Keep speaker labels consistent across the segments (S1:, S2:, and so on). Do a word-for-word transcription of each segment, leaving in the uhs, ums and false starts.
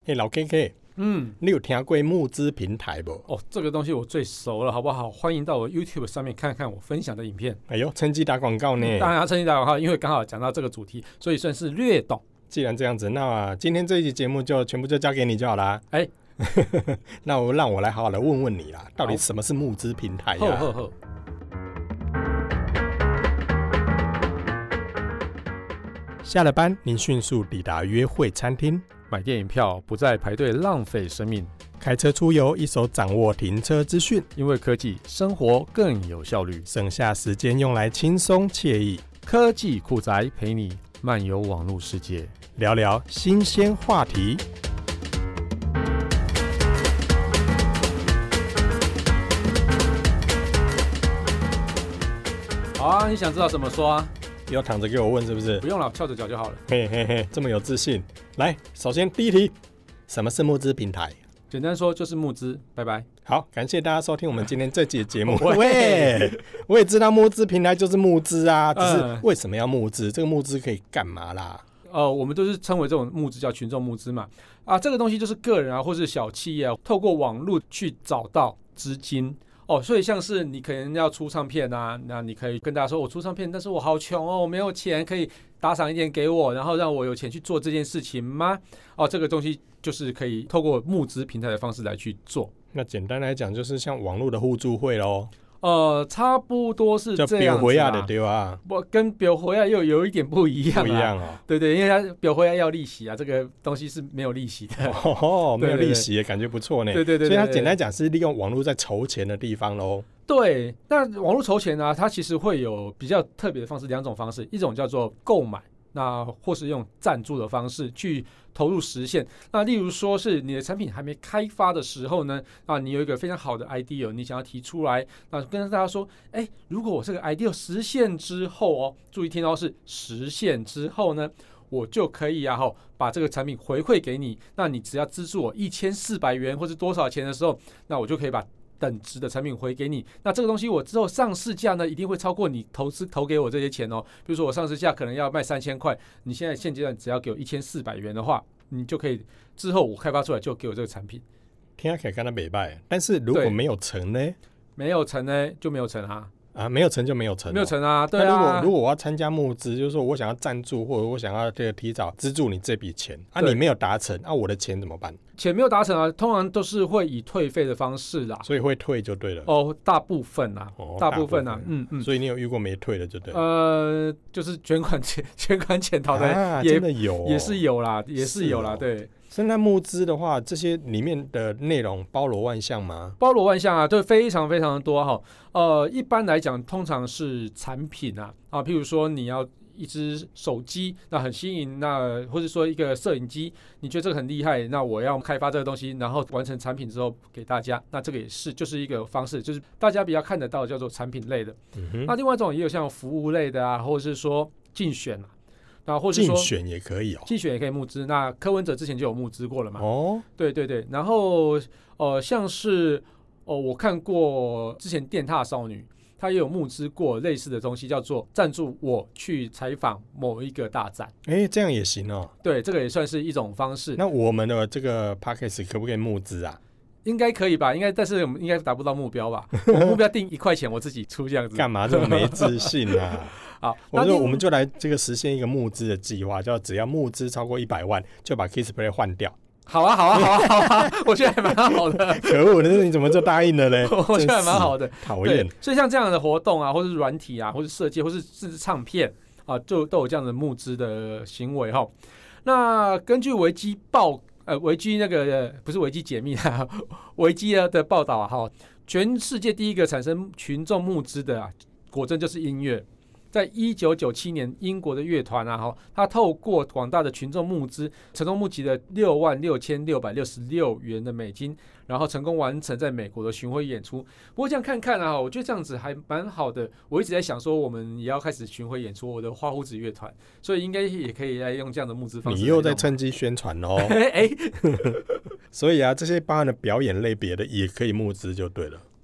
S1: 嘿，老 K K， 嗯，你有听过募资平台不？
S2: 哦，这个东西我最熟了，好不好？欢迎到我 YouTube 上面看看我分享的影片。
S1: 哎呦，趁机打广告呢！
S2: 当然要趁机打广告，因为刚好讲到这个主题，所以算是略懂。
S1: 既然这样子，那今天这一集节目就全部就交给你就好啦。哎，那我让我来好好的问问你啦，到底什么是募资平台呀、啊？
S2: 呵呵呵。
S1: 下了班，您迅速抵达约会餐厅，
S2: 买电影票不再排队浪费生命，
S1: 开车出游一手掌握停车资讯，
S2: 因为科技生活更有效率，
S1: 省下时间用来轻松惬意。
S2: 科技酷宅陪你漫游网络世界，
S1: 聊聊新鲜话题。
S2: 好啊，你想知道怎么说啊？
S1: 要躺着给我问是不是？
S2: 不用了，翘着脚就好了。
S1: 嘿嘿嘿，这么有自信。来，首先第一题，什么是募资平台？
S2: 简单说就是募资，拜拜。
S1: 好，感谢大家收听我们今天这集的节目。喂，我也知道募资平台就是募资啊，只是为什么要募资？这个募资可以干嘛啦？
S2: 呃，我们都是称为这种募资叫群众募资嘛。啊，这个东西就是个人啊，或是小企业、啊、透过网络去找到资金。哦，所以像是你可能要出唱片啊，那你可以跟大家说，我出唱片，但是我好穷哦，我没有钱，可以打赏一点给我，然后让我有钱去做这件事情吗？哦，这个东西就是可以透过募资平台的方式来去做。
S1: 那简单来讲，就是像网络的互助会咯。
S2: 呃，差不多是这样子、啊，
S1: 就表回亚的对吧？
S2: 不，跟表回亚又有一点不一样、啊，
S1: 不一样哦。
S2: 对对，因为它表回亚要利息啊，这个东西是没有利息的。
S1: 哦，没有利息也感觉不错呢。
S2: 对对 对, 对, 对, 对，
S1: 所以它简单讲是利用网络在筹钱的地方咯。
S2: 对，那网络筹钱呢、啊，它其实会有比较特别的方式，两种方式，一种叫做购买。那或是用赞助的方式去投入实现。那例如说是你的产品还没开发的时候呢，啊，你有一个非常好的 idea， 你想要提出来，那跟大家说，哎，如果我这个 idea 实现之后哦，注意听到是实现之后呢，我就可以啊，把这个产品回馈给你。那你只要资助我一千四百元或是多少钱的时候，那我就可以把等值的产品回给你。那这个东西我之后上市价呢，一定会超过你投资投给我这些钱哦。比如说我上市价可能要卖三千块，你现在现阶段只要给我一千四百元的话，你就可以之后我开发出来就给我这个产品。
S1: 听起来跟他没败，但是如果没有成呢？
S2: 没有成呢就没有成啊。
S1: 啊，没有成就没有成、哦，
S2: 没有成啊，对啊。
S1: 那如果如果我要参加募资，就是说我想要赞助，或者我想要这个提早资助你这笔钱，啊，你没有达成，啊，我的钱怎么办？
S2: 钱没有达成啊，通常都是会以退费的方式啦，
S1: 所以会退就对了。
S2: 哦，大部分啊，哦、大部分啊，嗯嗯。
S1: 所以你有遇过没退的就对了。
S2: 呃，就是卷款潜卷款潜逃的、
S1: 啊，
S2: 也
S1: 真的有、哦，
S2: 也是有啦，也是有啦，对。
S1: 现在募资的话，这些里面的内容包罗万象吗？
S2: 包罗万象啊，对，非常非常的多哈。呃，一般来讲，通常是产品啊啊，譬如说你要一只手机，那很新颖，那或者说一个摄影机，你觉得这个很厉害，那我要开发这个东西，然后完成产品之后给大家，那这个也是就是一个方式，就是大家比较看得到的叫做产品类的。嗯、那另外一种也有像服务类的啊，或者是说竞选啊。那或者说
S1: 竞选也可以哦，
S2: 竞选也可以募资。那柯文哲之前就有募资过了嘛？
S1: 哦，
S2: 对对对。然后呃，像是哦，我看过之前电踏少女，她也有募资过类似的东西，叫做赞助我去采访某一个大展。
S1: 哎，这样也行哦。
S2: 对，这个也算是一种方式。
S1: 那我们的这个 podcast 可不可以募资啊？
S2: 应该可以吧，应该，但是我们应该达不到目标吧？我目标定一块钱，我自己出这样子。
S1: 干嘛这么没自信啊？好，我说我们就来这个实现一个募资的计划，叫只要募资超过一百万，就把 Kissplay 换掉。
S2: 好啊，好啊，好啊，好啊，我觉得还蛮好的。
S1: 可恶，那你怎么就答应了嘞？
S2: 我觉得还蛮好的，
S1: 讨厌。
S2: 所以像这样的活动啊，或是软体啊，或是设计，或是甚至唱片啊，就都有这样的募资的行为哈。那根据维基报。呃，维基那个不是维基解密啊，维基的报道啊，哈，全世界第一个产生群众募资的啊，果真就是音乐。在一九九七年，英国的乐团啊，哈，他透过广大的群众募资，成功募集了六万六千六百六十六元的美金，然后成功完成在美国的巡回演出。不过这样看看啊，我觉得这样子还蛮好的。我一直在想说，我们也要开始巡回演出，我的花胡子乐团，所以应该也可以来用这样的募资方式。
S1: 你又在趁机宣传哦。
S2: 哎，
S1: 所以啊，这些包含的表演类别的也可以募资就对了。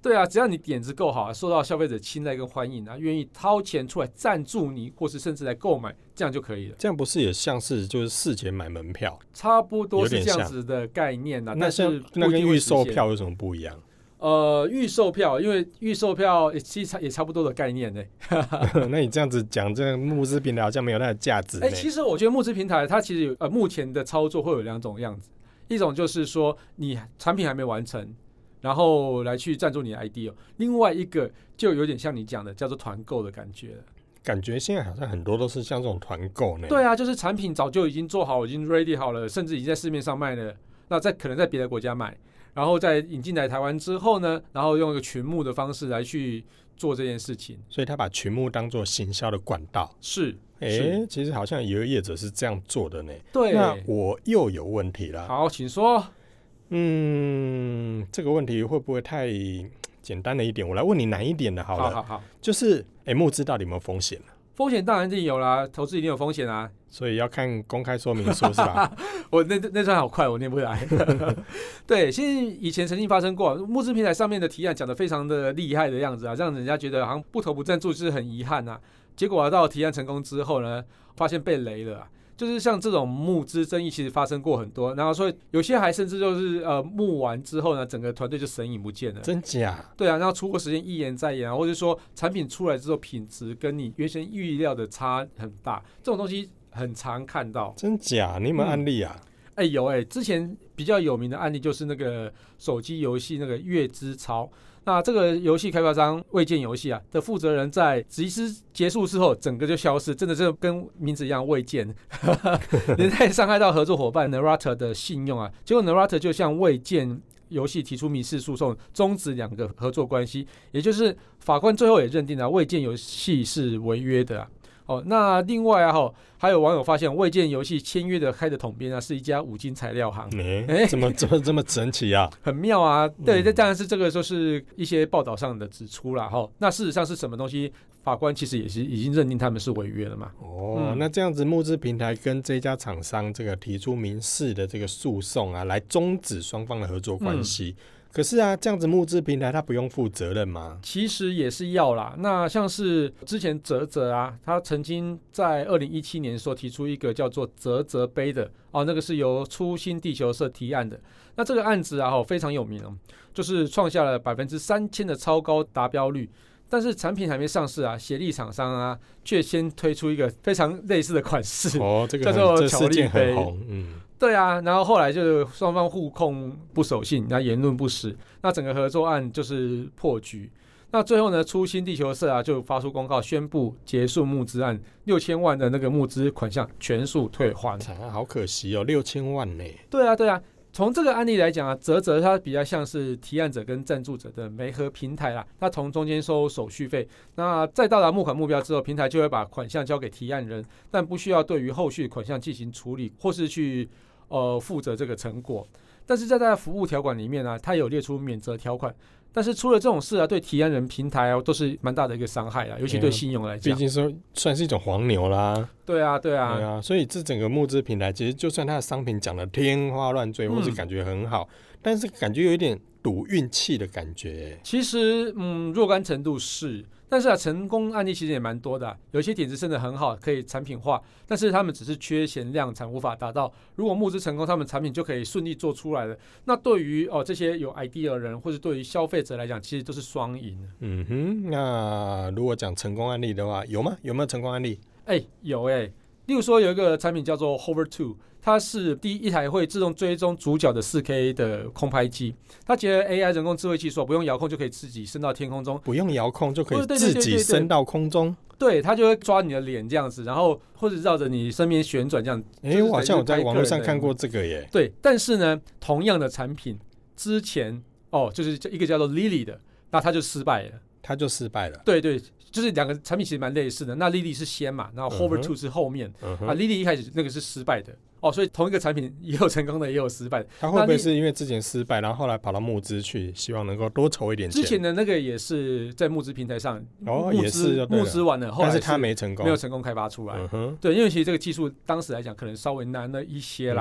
S2: 对啊，只要你点子够好、啊，受到消费者青睐跟欢迎啊，愿意掏钱出来赞助你，或是甚至来购买，这样就可以了。
S1: 这样不是也像是就是事前买门票，
S2: 差不多是这样子的概念啊。
S1: 那像那跟预售票有什么不一样？
S2: 呃，预售票，因为预售票其实也差不多的概念呢。
S1: 那你这样子讲，这个募资平台好像没有它的价值。
S2: 哎、欸，其实我觉得募资平台它其实有呃目前的操作会有两种样子，一种就是说你产品还没完成，然后来去赞助你的 I D 哦；另外一个就有点像你讲的叫做团购的感觉了。
S1: 感觉现在好像很多都是像这种团购呢。
S2: 对啊，就是产品早就已经做好，已经 ready 好了，甚至已经在市面上卖了，那在可能在别的国家买。然后在引进来台湾之后呢，然后用一个群募的方式来去做这件事情，
S1: 所以他把群募当作行销的管道。
S2: 是，
S1: 哎、欸，其实好像有业者是这样做的呢。
S2: 对，
S1: 那我又有问题了。
S2: 好，请说。
S1: 嗯，这个问题会不会太简单了一点？我来问你难一点的好了。
S2: 好好好，
S1: 就是哎，募资到底有没有风险呢？
S2: 风险当然一定有啦，投资一定有风险啊，
S1: 所以要看公开说明书是吧？
S2: 我那那段好快，我念不来。对，其实以前曾经发生过，募资平台上面的提案讲得非常的厉害的样子啊，让人家觉得好像不投不赞助就是很遗憾啊。结果、啊、到提案成功之后呢，发现被雷了、啊。就是像这种募资争议，其实发生过很多，然后所以有些还甚至就是呃募完之后呢，整个团队就神隐不见了。
S1: 真假？对
S2: 啊，然后出货时间一延再延啊，或者说产品出来之后品质跟你原先预料的差很大，这种东西很常看到。
S1: 真假？你有没有案例啊？
S2: 哎、嗯欸，有哎、欸，之前比较有名的案例就是那个手机游戏那个月之超。那这个游戏开发商未见游戏啊的负责人在集资结束之后，整个就消失，真的是跟名字一样未见，连带伤害到合作伙伴 Narata 的信用啊。结果 Narata 就向未见游戏提出民事诉讼，终止两个合作关系，也就是法官最后也认定了未见游戏是违约的啊。哦，那另外啊，哈，还有网友发现未见游戏签约的开的统编啊，是一家五金材料行。
S1: 哎、欸，怎么怎么这么神奇啊？
S2: 很妙啊！对，这当然是这个就是一些报道上的指出啦。哈。那事实上是什么东西？法官其实也是已经认定他们是违约了嘛。
S1: 哦，嗯、那这样子募资平台跟这家厂商这个提出民事的这个诉讼啊，来终止双方的合作关系。嗯，可是啊，这样子募资平台他不用负责任吗？
S2: 其实也是要啦。那像是之前嘖嘖啊，他曾经在二零一七年说提出一个叫做嘖嘖杯的哦，那个是由初心地球社提案的。那这个案子啊，非常有名哦，就是创下了百分之三千的超高达标率。但是产品还没上市啊，协力厂商啊，却先推出一个非常类似的款式，
S1: 哦，这个
S2: 叫做巧力杯，
S1: 很红，嗯。
S2: 对啊，然后后来就双方互控不守信，那言论不实，那整个合作案就是破局。那最后呢，初心地球社啊就发出公告宣布结束募资案，六千万的那个募资款项全数退还。
S1: 啊，好可惜哦，六千万呢。
S2: 对啊，对啊。从这个案例来讲啊，嘖嘖它比较像是提案者跟赞助者的媒合平台啦，它从中间收手续费，那在到达募款目标之后，平台就会把款项交给提案人，但不需要对于后续款项进行处理，或是去呃负责这个成果。但是在它的服务条款里面呢、啊，它有列出免责条款。但是出了这种事啊，对提案人平台啊都是蛮大的一个伤害啦，尤其对信用来讲，
S1: 毕竟说算是一种黄牛啦。
S2: 对啊，对啊，
S1: 对啊，所以这整个募资平台，其实就算它的商品讲的天花乱坠，或是感觉很好，嗯、但是感觉有一点赌运气的感觉。
S2: 其实，嗯，若干程度是。但是啊，成功案例其实也蛮多的、啊，有一些点子真的很好，可以产品化，但是他们只是缺钱量产，无法达到。如果募资成功，他们产品就可以顺利做出来了。那对于哦这些有 idea 的人，或者对于消费者来讲，其实都是双赢。
S1: 嗯哼，那如果讲成功案例的话，有吗？有没有成功案例？
S2: 哎、欸，有哎、欸。例如说有一个产品叫做 Hover 二， 它是第一台会自动追踪主角的 四 K 的空拍机，它结合 A I 人工智慧技术，不用遥控就可以自己升到天空中，
S1: 不用遥控就可以自己升到空中。
S2: 对，它就会抓你的脸这样子，然后或者绕着你身边旋转这样。
S1: 哎、欸，我好像有在网络上看过这个耶。
S2: 对，但是呢，同样的产品之前哦，就是一个叫做 Lily 的，那它就失败了。
S1: 它就失败了。
S2: 对对，就是两个产品其实蛮类似的。那 Lily 是先嘛，然后 Hover 二是后面、嗯、啊。Lily 一开始那个是失败的哦，所以同一个产品也有成功的，也有失败的。
S1: 它会不会是因为之前失败，然后后来跑到募资去，希望能够多筹一点钱？
S2: 之前的那个也是在募资平台上，
S1: 哦，也是
S2: 募资完了，后来
S1: 但是它没成功，
S2: 没有成功开发出来。
S1: 嗯哼，
S2: 对，因为其实这个技术当时来讲可能稍微难了一些啦。嗯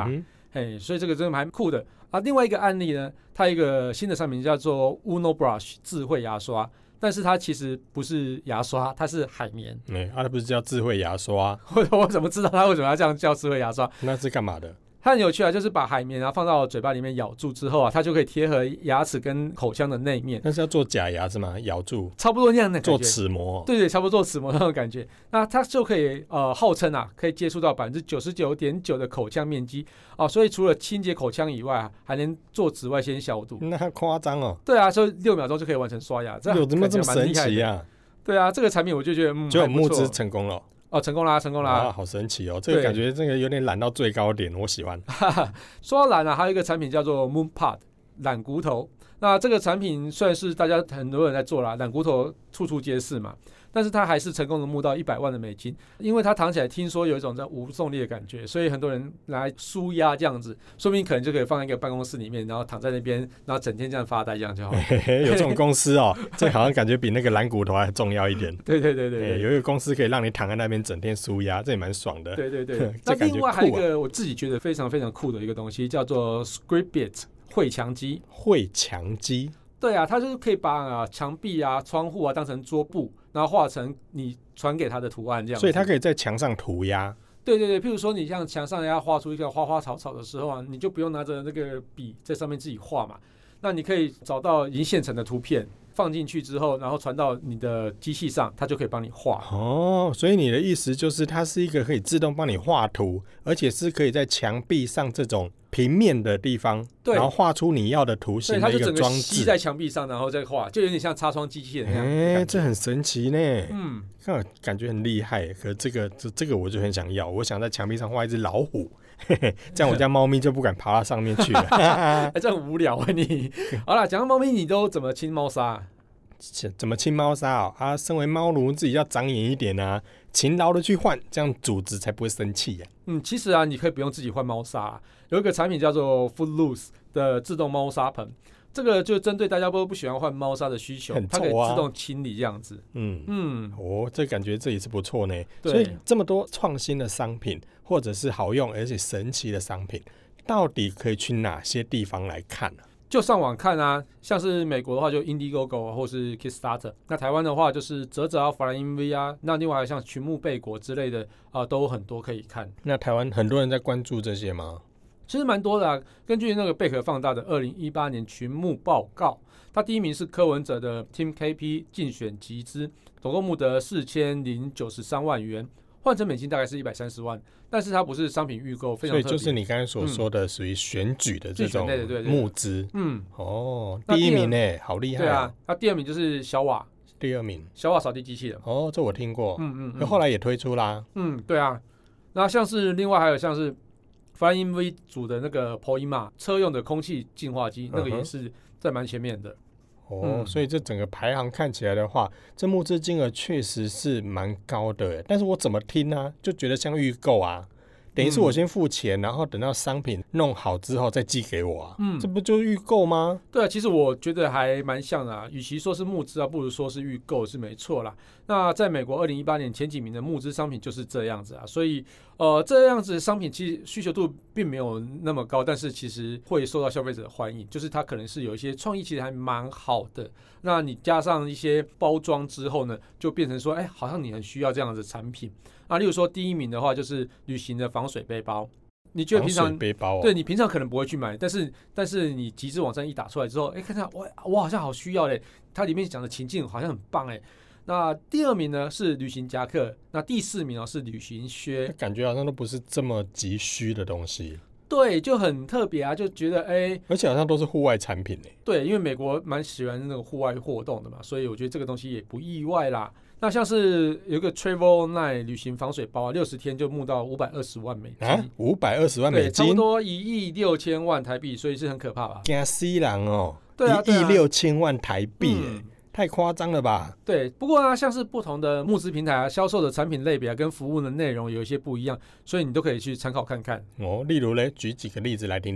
S2: 嘿，所以这个真的蛮酷的啊。另外一个案例呢，它有一个新的商品叫做 Uno Brush 智慧牙刷，但是它其实不是牙刷，它是海绵。
S1: 哎、欸，啊，它不是叫智慧牙刷？
S2: 我我怎么知道它为什么要这样叫智慧牙刷？
S1: 那是干嘛的？
S2: 它很有趣啊，就是把海绵啊放到嘴巴里面咬住之后啊，它就可以贴合牙齿跟口腔的内面。
S1: 那是要做假牙是吗？咬住，
S2: 差不多那样的感觉，
S1: 做齿模。
S2: 对对，差不多做齿模那种感觉。那它就可以呃号称啊，可以接触到百分之九十九点九的口腔面积哦，所以除了清洁口腔以外啊，还能做紫外线消毒。
S1: 那夸张哦。
S2: 对啊，所以六秒钟就可以完成刷牙，这
S1: 有怎么这么神奇啊？
S2: 对啊，这个产品我就觉得嗯，
S1: 就募资成功了。
S2: 哦，成功啦，成功啦！
S1: 啊，好神奇哦！这个感觉这个有点懒到最高点，我喜欢。
S2: 说到懒啊，还有一个产品叫做 Moonpod 懒骨头。那这个产品算是大家很多人在做啦，懒骨头处处皆是嘛。但是它还是成功的募到一百万的美金，因为它躺起来听说有一种在无重力的感觉，所以很多人来舒压这样子，说不定可能就可以放在一个办公室里面，然后躺在那边，然后整天这样发呆这样就好。
S1: 有这种公司哦，这好像感觉比那个蓝骨头还重要一点。
S2: 对对对 对, 对、欸，
S1: 有一个公司可以让你躺在那边整天舒压，这也蛮爽的。
S2: 对对对，
S1: 啊、
S2: 那另外还有一个我自己觉得非常非常酷的一个东西，叫做 Scribit 绘墙机。
S1: 绘墙机。
S2: 对啊，它就是可以把啊墙壁啊、窗户啊当成桌布，然后画成你传给它的图案这样子。
S1: 所以它可以在墙上涂鸦。
S2: 对对对，譬如说你像墙上要画出一个花花草草的时候啊，你就不用拿着那个笔在上面自己画嘛，那你可以找到已经现成的图片放进去之后，然后传到你的机器上，它就可以帮你画。
S1: 哦，所以你的意思就是它是一个可以自动帮你画图，而且是可以在墙壁上这种平面的地方，然后画出你要的图形的一个装置。
S2: 对，它就整个吸在墙壁上，然后再画，就有点像擦窗机器人那样。哎、
S1: 欸，这很神奇呢。
S2: 嗯，
S1: 感觉很厉害。可这个这这个我就很想要，我想在墙壁上画一只老虎，嘿嘿，这样我家猫咪就不敢爬到上面去了。
S2: 哎，这很无聊啊你。好啦，讲到猫咪，你都怎么清猫砂？
S1: 怎么清猫砂哦？啊，身为猫奴自己要长眼一点啊，勤劳的去换，这样主子才不会生气呀、啊。
S2: 嗯，其实啊，你可以不用自己换猫砂、啊，有一个产品叫做 Footloose 的自动猫砂盆，这个就针对大家都不喜欢换猫砂的需求，
S1: 很臭啊，
S2: 它可以自动清理这样子。
S1: 嗯
S2: 嗯，
S1: 哦，这感觉这也是不错呢。所以这么多创新的商品，或者是好用而且神奇的商品，到底可以去哪些地方来看呢、啊？
S2: 就上网看啊，像是美国的话就 Indiegogo 或是 Kickstarter， 那台湾的话就是嘖嘖啊、Flying V 啊，那另外还有像群牧贝果之类的啊、呃，都很多可以看。
S1: 那台湾很多人在关注这些吗？
S2: 其实蛮多的啊。根据那个贝壳放大的二零一八年群牧报告，它第一名是柯文哲的 Team K P 竞选集资，总共募得四千零九十三万元。换成美金大概是一百三十万，但是它不是商品预购，非常特别。
S1: 所以就是你刚才所说的属于选举的这种募资。
S2: 嗯，
S1: 哦，第一名呢，好厉害、啊。
S2: 对啊，那第二名就是小瓦，
S1: 第二名
S2: 小瓦扫地机器人。
S1: 哦，这我听过。
S2: 嗯嗯，
S1: 嗯，后来也推出啦。
S2: 嗯，对啊。那像是另外还有像是 Flying V 组的那个 Poima 车用的空气净化机，那个也是在蛮前面的。
S1: 哦、嗯，所以这整个排行看起来的话，这募资金额确实是蛮高的，但是我怎么听呢、啊，就觉得像预购啊，等于是我先付钱、嗯，然后等到商品弄好之后再寄给我啊，嗯，这不就是预购吗？
S2: 对啊，其实我觉得还蛮像的啊，与其说是募资啊，不如说是预购是没错啦。那在美国二零一八年前几名的募资商品就是这样子啊，所以呃这样子的商品其实需求度并没有那么高，但是其实会受到消费者的欢迎，就是它可能是有一些创意，其实还蛮好的。那你加上一些包装之后呢，就变成说，哎，好像你很需要这样的产品。那例如说第一名的话，就是旅行的防水背包。你觉得平常
S1: 防水背包、哦、
S2: 对你平常可能不会去买，但是但是你集资网站一打出来之后，哎，看看我我好像好需要嘞，它里面讲的情境好像很棒哎。那第二名呢是旅行夹克，那第四名哦是旅行靴，
S1: 感觉好像都不是这么急需的东西。
S2: 对，就很特别啊，就觉得哎，
S1: 而且好像都是户外产品哎。
S2: 对，因为美国蛮喜欢那个户外活动的嘛，所以我觉得这个东西也不意外啦。那像是有一个 Travel Nine 旅行防水包啊，六十天就募到五百二十万美金
S1: 啊，五百二十万美金，
S2: 对，差不多一亿六千万台币，所以是很可怕吧？
S1: 惊死人哦！
S2: 对啊，
S1: 一亿六千万台币、
S2: 嗯，
S1: 太夸张了吧？
S2: 对，不过呢，像是不同的募资平台啊，销售的产品类别啊，跟服务的内容有一些不一样，所以你都可以去参考看看。
S1: 哦，例如嘞，举几个例子来听听。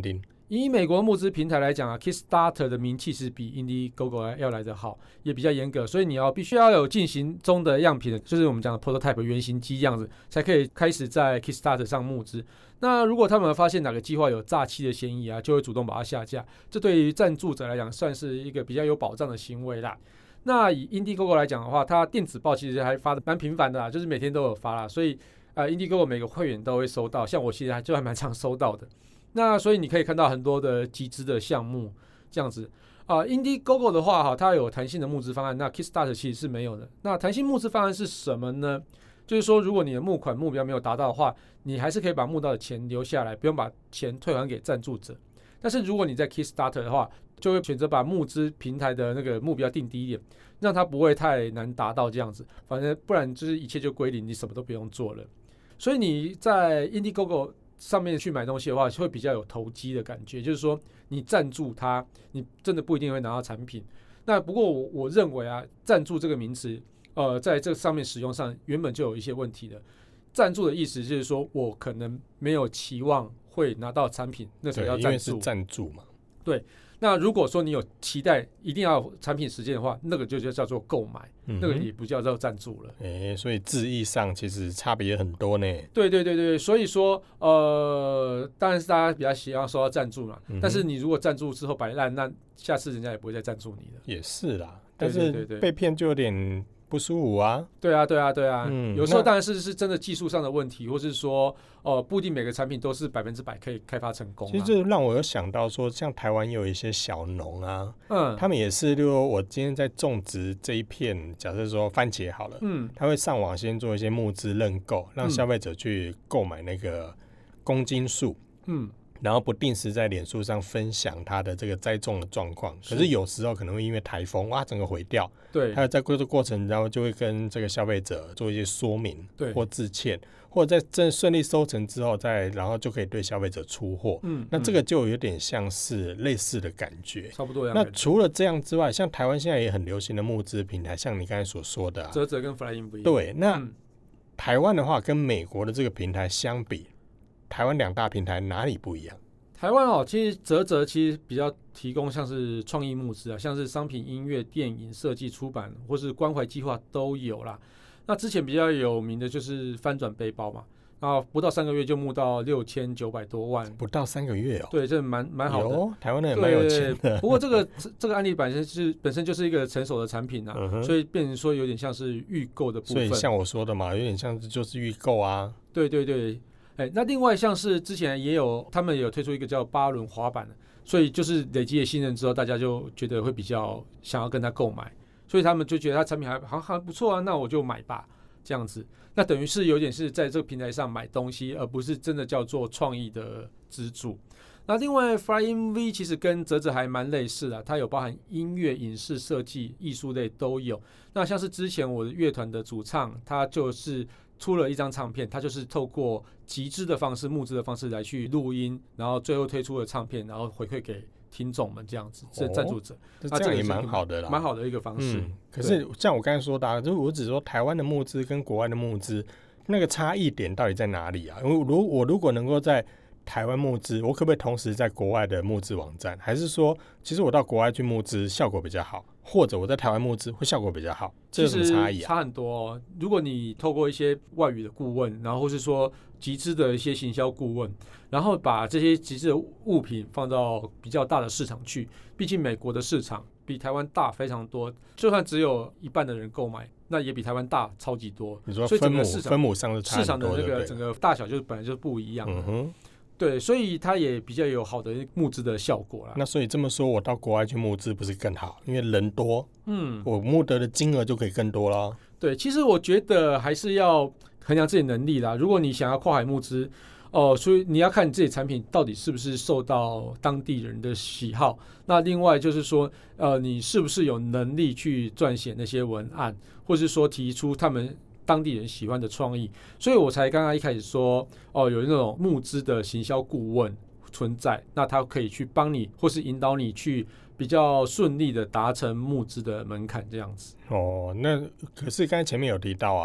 S2: 以美国募资平台来讲啊 ，Kickstarter 的名气是比 Indiegogo 要来得好，也比较严格，所以你要必须要有进行中的样品的，就是我们讲的 prototype 原型机这样子，才可以开始在 Kickstarter 上募资。那如果他们发现哪个计划有诈欺的嫌疑啊，就会主动把它下架。这对于赞助者来讲，算是一个比较有保障的行为啦。那以 Indiegogo 来讲的话，它电子报其实还发的蛮频繁的啦，就是每天都有发啦，所以呃 Indiegogo 每个会员都会收到，像我其实还就还蛮常收到的。那所以你可以看到很多的集资的项目这样子啊、呃、，Indiegogo 的话哈，它有弹性的募资方案，那 Kickstarter 其实是没有的。那弹性募资方案是什么呢？就是说，如果你的募款目标没有达到的话，你还是可以把募到的钱留下来，不用把钱退还给赞助者。但是如果你在 Kickstarter 的话，就会选择把募资平台的那个目标定低一点，让它不会太难达到这样子。反正不然就是一切就归零，你什么都不用做了。所以你在 Indiegogo上面去买东西的话，会比较有投机的感觉，就是说你赞助它，你真的不一定会拿到产品。那不过 我, 我认为啊，赞助这个名词，呃，在这上面使用上原本就有一些问题的。赞助的意思就是说我可能没有期望会拿到产品，那才叫赞助。
S1: 因为是赞助嘛。
S2: 对。那如果说你有期待一定要有产品实践的话，那个就叫做购买、嗯、那个也不叫做赞助了、
S1: 欸、所以字义上其实差别很多呢。
S2: 对对对对，所以说呃，当然是大家比较喜欢收到赞助嘛、嗯、但是你如果赞助之后摆烂，那下次人家也不会再赞助你了。
S1: 也是啦，但是被骗就有点不舒服啊。
S2: 对啊对啊对啊、
S1: 嗯、
S2: 有时候当然是是真的技术上的问题，或是说呃不一定每个产品都是百分之百可以开发成功、啊、
S1: 其实这让我有想到说，像台湾有一些小农啊，
S2: 嗯，
S1: 他们也是，例如我今天在种植这一片，假设说番茄好了，
S2: 嗯，
S1: 他会上网先做一些募资认购，让消费者去购买那个公斤数，嗯，然后不定时在脸书上分享他的这个栽种的状况。可是有时候可能会因为台风，哇，整个毁掉。
S2: 对，
S1: 还有在这个过程，然后就会跟这个消费者做一些说明，
S2: 对，
S1: 或致歉，或者在真顺利收成之后再，然后就可以对消费者出货。嗯，那这个就有点像是类似的感觉，
S2: 差不多。
S1: 那除了这样之外，像台湾现在也很流行的募资平台，像你刚才所说的、啊，
S2: 嘖嘖跟 Flying 不一样。
S1: 对，那、
S2: 嗯、
S1: 台湾的话跟美国的这个平台相比，台湾两大平台哪里不一样？
S2: 台湾哦，其实嘖嘖其实比较提供像是创意募资啊，像是商品、音乐、电影、设计、出版或是关怀计划都有啦。那之前比较有名的就是翻转背包嘛，然后不到三个月就募到六千九百多万，
S1: 不到三个月哦。
S2: 对，这蛮蛮好的。
S1: 台湾人也蛮有钱的。
S2: 不过这个这个案例本身是本身就是一个成熟的产品啊，嗯、所以变成说有点像是预购的部分。
S1: 所以像我说的嘛，有点像就是预购啊。
S2: 对对对。哎，那另外像是之前也有，他们也有推出一个叫八轮滑板的，所以就是累积了信任之后，大家就觉得会比较想要跟他购买，所以他们就觉得他产品还好像还不错啊，那我就买吧，这样子。那等于是有点是在这个平台上买东西，而不是真的叫做创意的资助。那另外 Flying V 其实跟嘖嘖还蛮类似的，它有包含音乐、影视、设计、艺术类都有。那像是之前我的乐团的主唱，他就是出了一张唱片，他就是透过集资的方式、募资的方式来去录音，然后最后推出了唱片，然后回馈给听众们这样子，这赞助者，
S1: 那、哦、这样也蛮好的啦，
S2: 蛮好的一个方式。
S1: 嗯、可是像我刚才说的、啊，就是我只说台湾的募资跟国外的募资那个差异点到底在哪里啊？因为如我如果能够在台湾募资，我可不可以同时在国外的募资网站？还是说，其实我到国外去募资效果比较好，或者我在台湾募资会效果比较好？这有什么差异啊？
S2: 差很多哦。如果你透过一些外语的顾问，然后或是说集资的一些行销顾问，然后把这些集资的物品放到比较大的市场去，毕竟美国的市场比台湾大非常多，就算只有一半的人购买，那也比台湾大超级多。
S1: 你说分母分母上的差
S2: 市场的那个整个大小就本来就不一样的。
S1: 嗯哼。
S2: 对，所以它也比较有好的募资的效果啦。
S1: 那所以这么说，我到国外去募资不是更好？因为人多，嗯，我募得的金额就可以更多啦。
S2: 对，其实我觉得还是要衡量自己能力啦。如果你想要跨海募资，哦、呃，所以你要看你自己产品到底是不是受到当地人的喜好。那另外就是说，呃，你是不是有能力去撰写那些文案，或是说提出他们当地人喜欢的创意，所以我才刚刚一开始说，哦，有那种募资的行销顾问存在，那他可以去帮你，或是引导你去比较顺利的达成募资的门槛，这样子。
S1: 哦，那可是刚才前面有提到啊，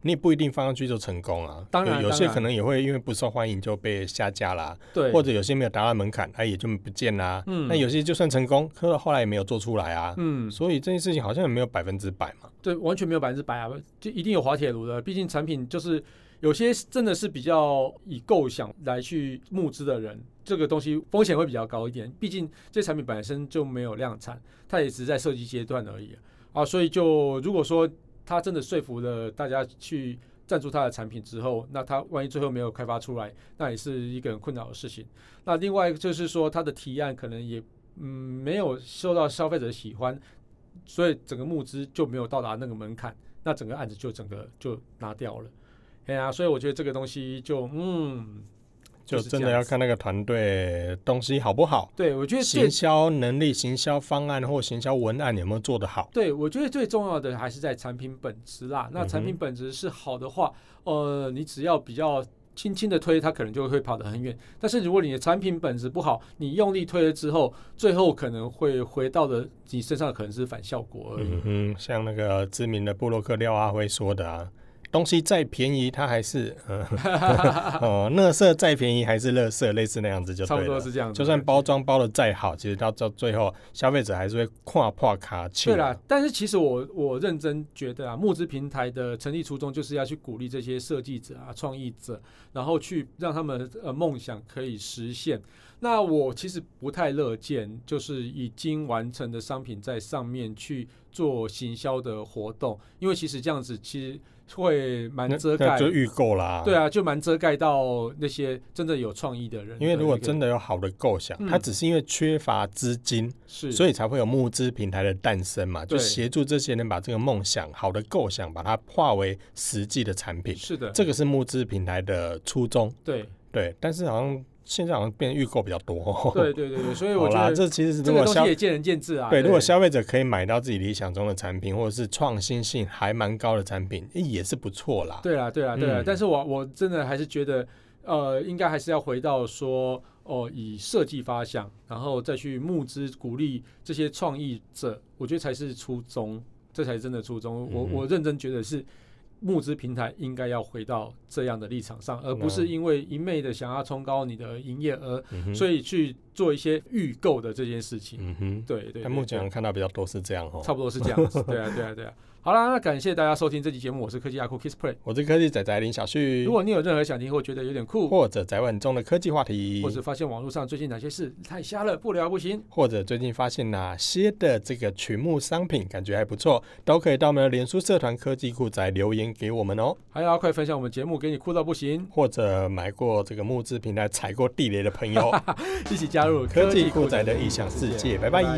S1: 你也不一定放上去就成功啊。
S2: 当然，
S1: 有, 有些
S2: 可
S1: 能也会因为不受欢迎就被下架啦，
S2: 对，
S1: 或者有些没有达到门槛，哎、啊，也就不见啦。嗯，那有些就算成功，可是后来也没有做出来啊。嗯，所以这件事情好像也没有百分之百嘛。
S2: 对，完全没有百分之百啊，就一定有滑铁卢的。毕竟产品就是有些真的是比较以构想来去募资的人，这个东西风险会比较高一点。毕竟这产品本身就没有量产，它也只是在设计阶段而已啊。所以就如果说它真的说服了大家去赞助它的产品之后，那它万一最后没有开发出来，那也是一个很困扰的事情。那另外就是说，它的提案可能也嗯没有受到消费者的喜欢。所以整个募资就没有到达那个门槛，那整个案子就整个就拿掉了。哎呀、啊，所以我觉得这个东西就嗯，
S1: 就真的要看那个团队东西好不好。
S2: 对，我觉得
S1: 行销能力、行销方案或行销文案有没有做得好？
S2: 对，我觉得最重要的还是在产品本质啦。那产品本质是好的话，嗯、呃，你只要比较轻轻的推，它可能就会跑得很远。但是如果你的产品本质不好，你用力推了之后，最后可能会回到的你身上可能是反效果而已。
S1: 嗯哼，像那个知名的部落客廖阿辉说的啊，东西再便宜，它还是呃哦，垃圾再便宜还是垃圾，类似那样子就对了。
S2: 差不多是这样子。
S1: 就算包装包的再好，其实到到最后，消费者还是会看破卡去。
S2: 对啦，但是其实我我认真觉得啊，募资平台的成立初衷就是要去鼓励这些设计者啊、创意者，然后去让他们呃梦想可以实现。那我其实不太乐见，就是已经完成的商品在上面去做行销的活动，因为其实这样子其实会蛮遮盖，
S1: 就预购啦。
S2: 对啊，就蛮遮盖到那些真的有创意的人的。
S1: 因为如果真的有好的构想，
S2: 嗯、
S1: 它只是因为缺乏资金，
S2: 是，
S1: 所以才会有募资平台的诞生嘛，就协助这些人把这个梦想、好的构想，把它化为实际的产品。
S2: 是的，
S1: 这个是募资平台的初衷。
S2: 对
S1: 对，但是好像。现在好像变预购比较多，
S2: 对对对对，所以我觉得
S1: 这其实
S2: 这个东西也见仁见智啊。
S1: 对，如果消费者可以买到自己理想中的产品，或者是创新性还蛮高的产品，也是不错啦。
S2: 对啦，对啦，对啦。嗯、但是我我真的还是觉得，呃，应该还是要回到说，哦，以设计发想，然后再去募资鼓励这些创意者，我觉得才是初衷，这才是真的初衷。我、嗯、我认真觉得是。募资平台应该要回到这样的立场上，而不是因为一昧的想要冲高你的营业额，嗯、所以去做一些预购的这件事情。嗯哼，对 对, 對。
S1: 但目前看到比较多是这样哦，
S2: 差不多是这样子。对啊，对啊，对啊。好啦，那感谢大家收听这期节目，我是科技阿酷 KissPlay，
S1: 我是科技仔仔林小旭。
S2: 如果你有任何想听或觉得有点酷，
S1: 或者在问中的科技话题，
S2: 或者发现网络上最近哪些事太瞎了不聊不行，
S1: 或者最近发现哪些的这个群募商品感觉还不错，都可以到我们的脸书社团科技酷仔留言给我们哦。
S2: 还有要快分享我们节目给你酷到不行，
S1: 或者买过这个募资平台踩过地雷的朋友，
S2: 一起加入
S1: 科技酷仔的异想世界。拜拜。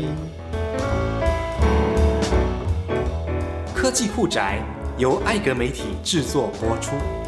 S3: 科技酷宅由艾格媒体制作播出。